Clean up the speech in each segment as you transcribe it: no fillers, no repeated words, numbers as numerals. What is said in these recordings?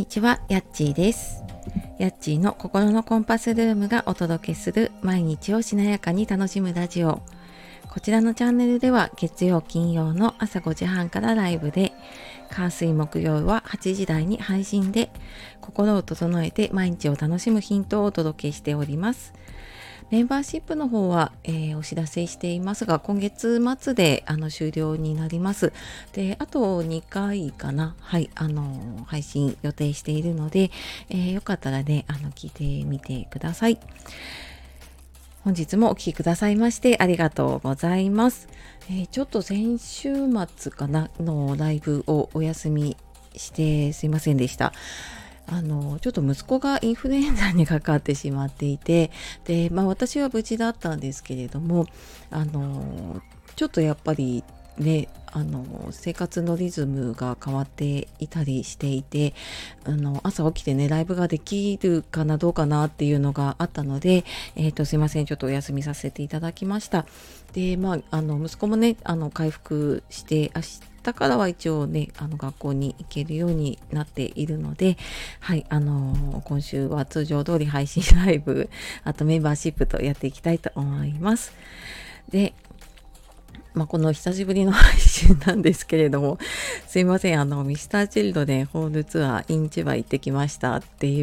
ちは、やっちーです。やっちーの心のコンパスルームがお届けする毎日をしなやかに楽しむラジオ。こちらのチャンネルでは月曜金曜の朝5時半からライブで、火水木曜は8時台に配信で、心を整えて毎日を楽しむヒントをお届けしております。メンバーシップの方は、お知らせしていますが、今月末で終了になります。で、あと2回かな、はい、配信予定しているので、よかったらね、聞いてみてください。本日もお聞きくださいましてありがとうございます。ちょっと先週末かなのライブをお休みしてすいませんでした。ちょっと息子がインフルエンザにかかってしまっていて、で、私は無事だったんですけれども、ちょっとやっぱりね、生活のリズムが変わっていたりしていて、朝起きてね、ライブができるかなどうかなっていうのがあったので、すいません、ちょっとお休みさせていただきました。で、息子もね、回復して、明日からは一応ね、学校に行けるようになっているので、はい、今週は通常通り配信ライブ、あとメンバーシップとやっていきたいと思います。で、この久しぶりの配信なんですけれども、すいません、ミスターチルドレンホールツアー in 千葉行ってきましたっていう、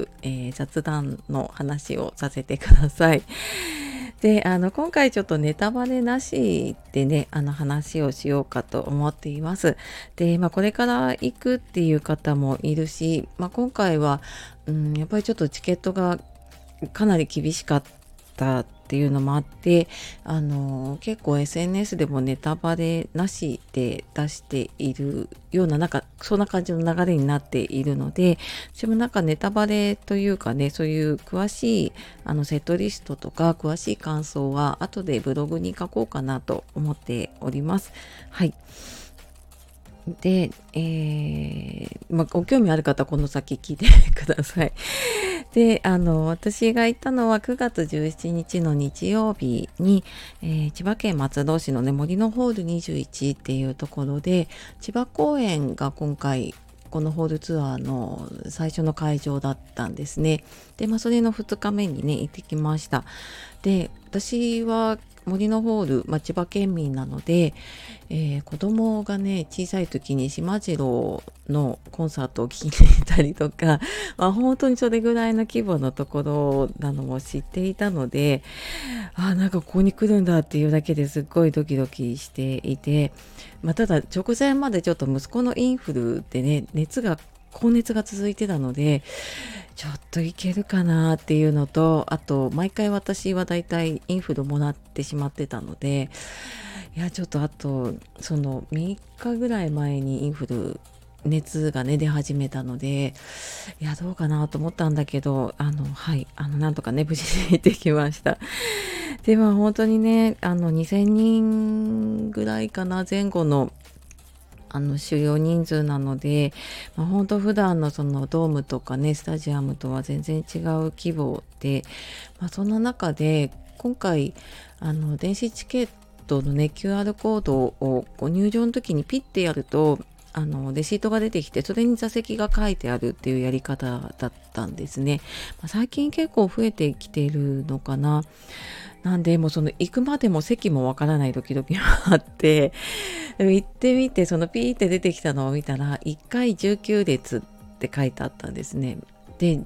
雑談の話をさせてください。で、今回ちょっとネタバレなしでね、話をしようかと思っています。で、これから行くっていう方もいるし、今回は、やっぱりちょっとチケットがかなり厳しかったっていうのもあって、結構 SNS でもネタバレなしで出しているような、そんな感じの流れになっているので、私もネタバレというかね、そういう詳しいセットリストとか詳しい感想は後でブログに書こうかなと思っております。はい。で、ご興味ある方はこの先聞いてください。で、私が行ったのは9月17日の日曜日に、千葉県松戸市のね、森のホール21っていうところで、千葉公園が今回、このホールツアーの最初の会場だったんですね。で、それの2日目にね、行ってきました。で、私は森のホール、千葉県民なので、子供がね、小さい時に島次郎のコンサートを聴いていたりとか、本当にそれぐらいの規模のところなのを知っていたので、ここに来るんだっていうだけですっごいドキドキしていて、ただ直前までちょっと息子のインフルでね、高熱が続いてたので、ちょっといけるかなっていうのと、あと毎回私はだいたいインフルもらってしまってたので、いやちょっとあとその3日ぐらい前にインフル熱がね出始めたので、いやどうかなと思ったんだけど、はい、なんとかね無事に行ってきました。で本当にね、2000人ぐらいかな前後の収容人数なので、本当普段のそのドームとかねスタジアムとは全然違う規模で、そんな中で今回電子チケットのね QR コードを入場の時にピッてやるとレシートが出てきて、それに座席が書いてあるっていうやり方だったんですね。最近結構増えてきているのかな。なんでもうその行くまでも席もわからないドキドキがあって、でも行ってみてそのピーって出てきたのを見たら1回19列って書いてあったんですね。で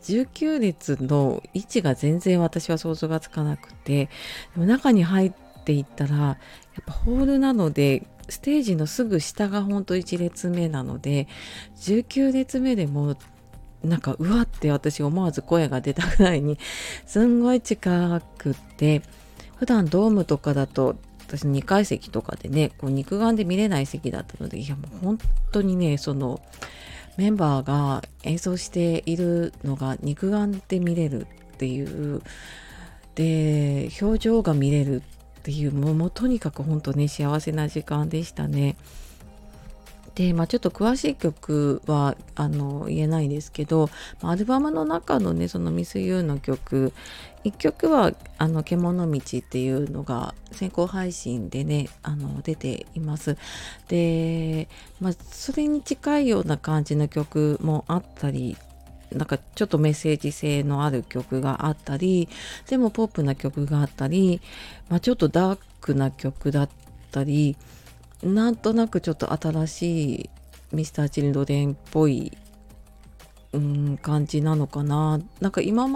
19列の位置が全然私は想像がつかなくて、でも中に入っていったらやっぱホールなのでステージのすぐ下がほんと1列目なので、19列目でもうわって私思わず声が出たぐらいにすんごい近くって、普段ドームとかだと私2階席とかでねこう肉眼で見れない席だったので、いやもう本当にねそのメンバーが演奏しているのが肉眼で見れるっていうで表情が見れるっていうもうとにかく本当ね幸せな時間でしたね。 で、ちょっと詳しい曲は言えないですけど、アルバムの中のね、そのミスユーの曲、1曲は獣道っていうのが先行配信でね、出ています。で、それに近いような感じの曲もあったり、なんかちょっとメッセージ性のある曲があったり、でもポップな曲があったり、ちょっとダークな曲だったり、なんとなくちょっと新しいミスターチルドレンっぽい、感じなのかな。なんか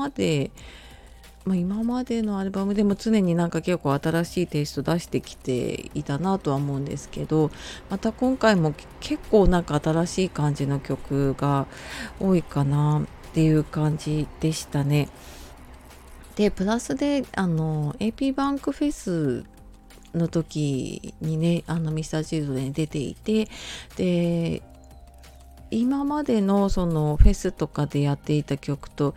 今までのアルバムでも常になんか結構新しいテイスト出してきていたなとは思うんですけど、また今回も結構なんか新しい感じの曲が多いかなっていう感じでしたね。で、プラスでAP バンクフェスの時にね、ミスターチルドレン出ていて、で、今までのそのフェスとかでやっていた曲と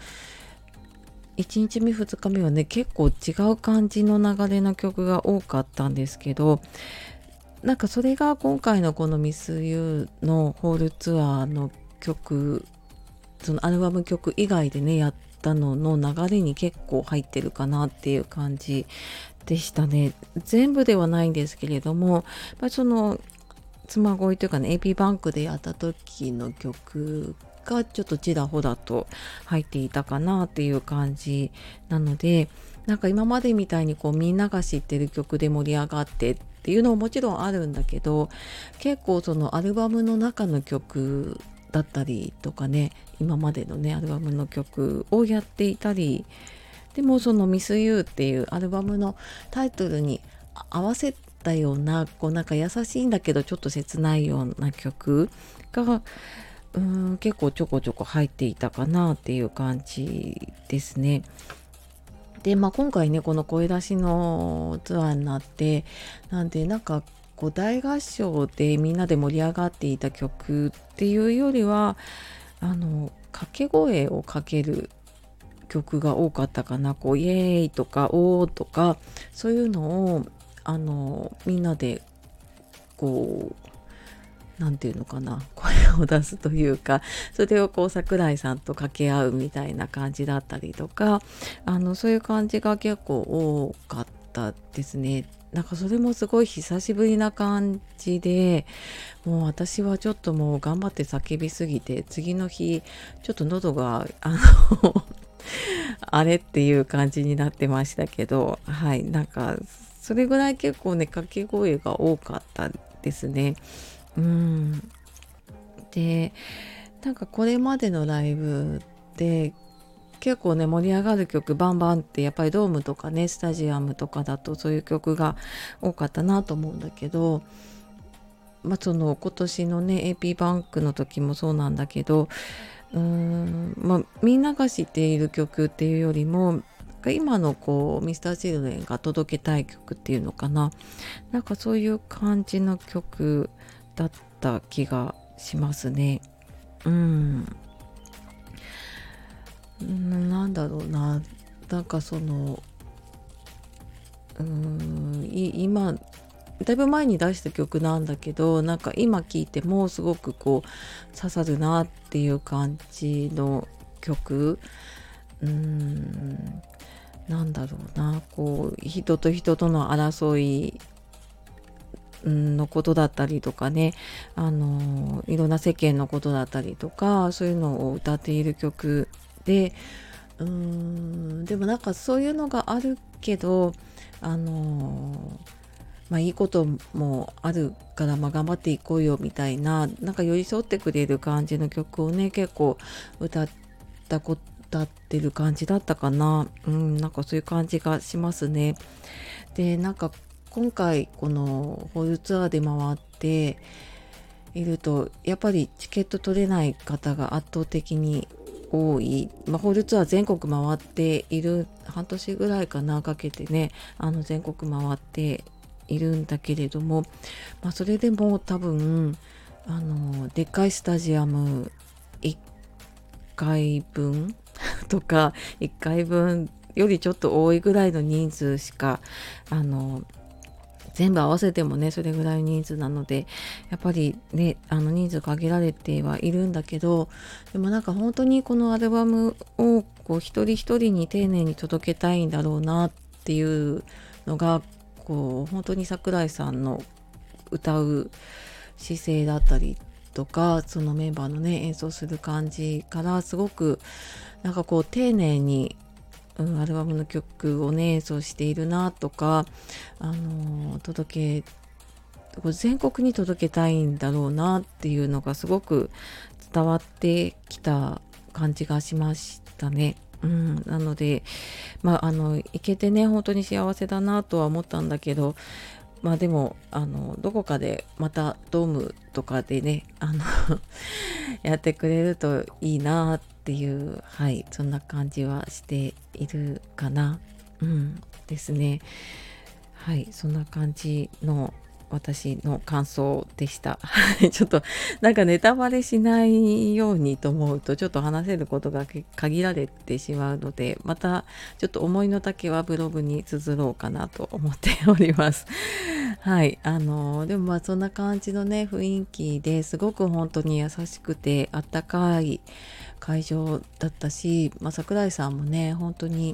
1日目2日目はね、結構違う感じの流れの曲が多かったんですけど、なんかそれが今回のこのミスユーのホールツアーの曲、そのアルバム曲以外でねやったのの流れに結構入ってるかなっていう感じでしたね。全部ではないんですけれども、その妻恋というかね、AP バンクでやった時の曲がちょっとちらほらと入っていたかなっていう感じなので、なんか今までみたいにこうみんなが知ってる曲で盛り上がってっていうのももちろんあるんだけど、結構そのアルバムの中の曲だったりとかね、今までのねアルバムの曲をやっていたり、でもそのミスユーっていうアルバムのタイトルに合わせたような、こうなんか優しいんだけどちょっと切ないような曲が結構ちょこちょこ入っていたかなっていう感じですね。で、今回ねこの声出しのツアーになって、なんでなんかこう大合唱でみんなで盛り上がっていた曲っていうよりは、掛け声をかける曲が多かったかな。こうイエーイとかおーとか、そういうのをみんなでこうなんていうのかな、声を出すというか、それをこう桜井さんと掛け合うみたいな感じだったりとか、そういう感じが結構多かったですね。なんかそれもすごい久しぶりな感じで、もう私はちょっともう頑張って叫びすぎて、次の日ちょっと喉があれっていう感じになってましたけど、はい、なんかそれぐらい結構ね掛け声が多かったですね。うん。で、なんかこれまでのライブで結構ね盛り上がる曲バンバンってやっぱりドームとかねスタジアムとかだとそういう曲が多かったなと思うんだけど、その今年のね AP バンクの時もそうなんだけど、みんなが知っている曲っていうよりも今のこうミスターチルドレンが届けたい曲っていうのかな、なんかそういう感じの曲だった気がしますね。うん、なんだろうな、なんかその今だいぶ前に出した曲なんだけど、なんか今聴いてもすごくこう刺さるなっていう感じの曲。なんだろうな、こう人と人との争いのことだったりとかね、いろんな世間のことだったりとか、そういうのを歌っている曲で、でもなんかそういうのがあるけど、いいこともあるから、頑張っていこうよみたいな、なんか寄り添ってくれる感じの曲をね、結構歌ってる感じだったかな。なんかそういう感じがしますね。で、なんか今回このホールツアーで回っていると、やっぱりチケット取れない方が圧倒的に多い。ホールツアー全国回っている、半年ぐらいかなかけてね、全国回っているんだけれども、それでも多分でっかいスタジアム1回分とか1回分よりちょっと多いぐらいの人数しか全部合わせてもねそれぐらい人数なので、やっぱりね人数限られてはいるんだけど、でもなんか本当にこのアルバムをこう一人一人に丁寧に届けたいんだろうなっていうのが、こう本当に桜井さんの歌う姿勢だったりとか、そのメンバーのね演奏する感じからすごくなんかこう丁寧に、アルバムの曲をね演奏しているなとか、全国に届けたいんだろうなっていうのがすごく伝わってきた感じがしましたね。なので行けてね本当に幸せだなとは思ったんだけど、でもどこかでまたドームとかでねやってくれるといいなっていう、そんな感じはしているかな。ですね。そんな感じの私の感想でした。ちょっとなんかネタバレしないようにと思うとちょっと話せることが限られてしまうので、またちょっと思いの丈はブログに綴ろうかなと思っております。でもそんな感じのね雰囲気ですごく本当に優しくてあったかい会場だったし、桜井さんもね本当に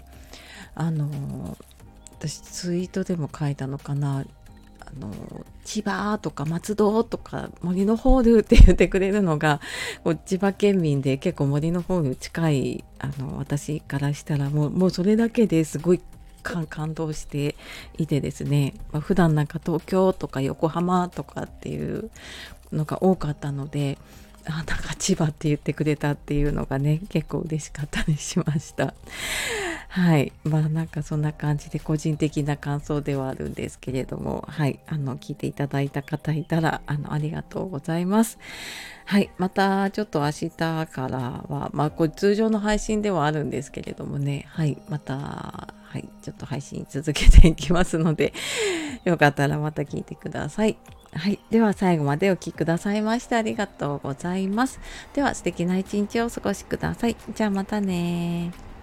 私ツイートでも書いたのかな、千葉とか松戸とか森のホールって言ってくれるのが、こう千葉県民で結構森のホール近い私からしたらもうそれだけですごい感動していてですね、普段なんか東京とか横浜とかっていうのが多かったので、なんか千葉って言ってくれたっていうのがね結構嬉しかったりしました。なんかそんな感じで個人的な感想ではあるんですけれども、聞いていただいた方いたらありがとうございます。またちょっと明日からはこれ通常の配信ではあるんですけれどもね、またちょっと配信続けていきますのでよかったらまた聞いてください。では最後までお聞きくださいましてありがとうございます。では素敵な一日をお過ごしください。じゃあまたね。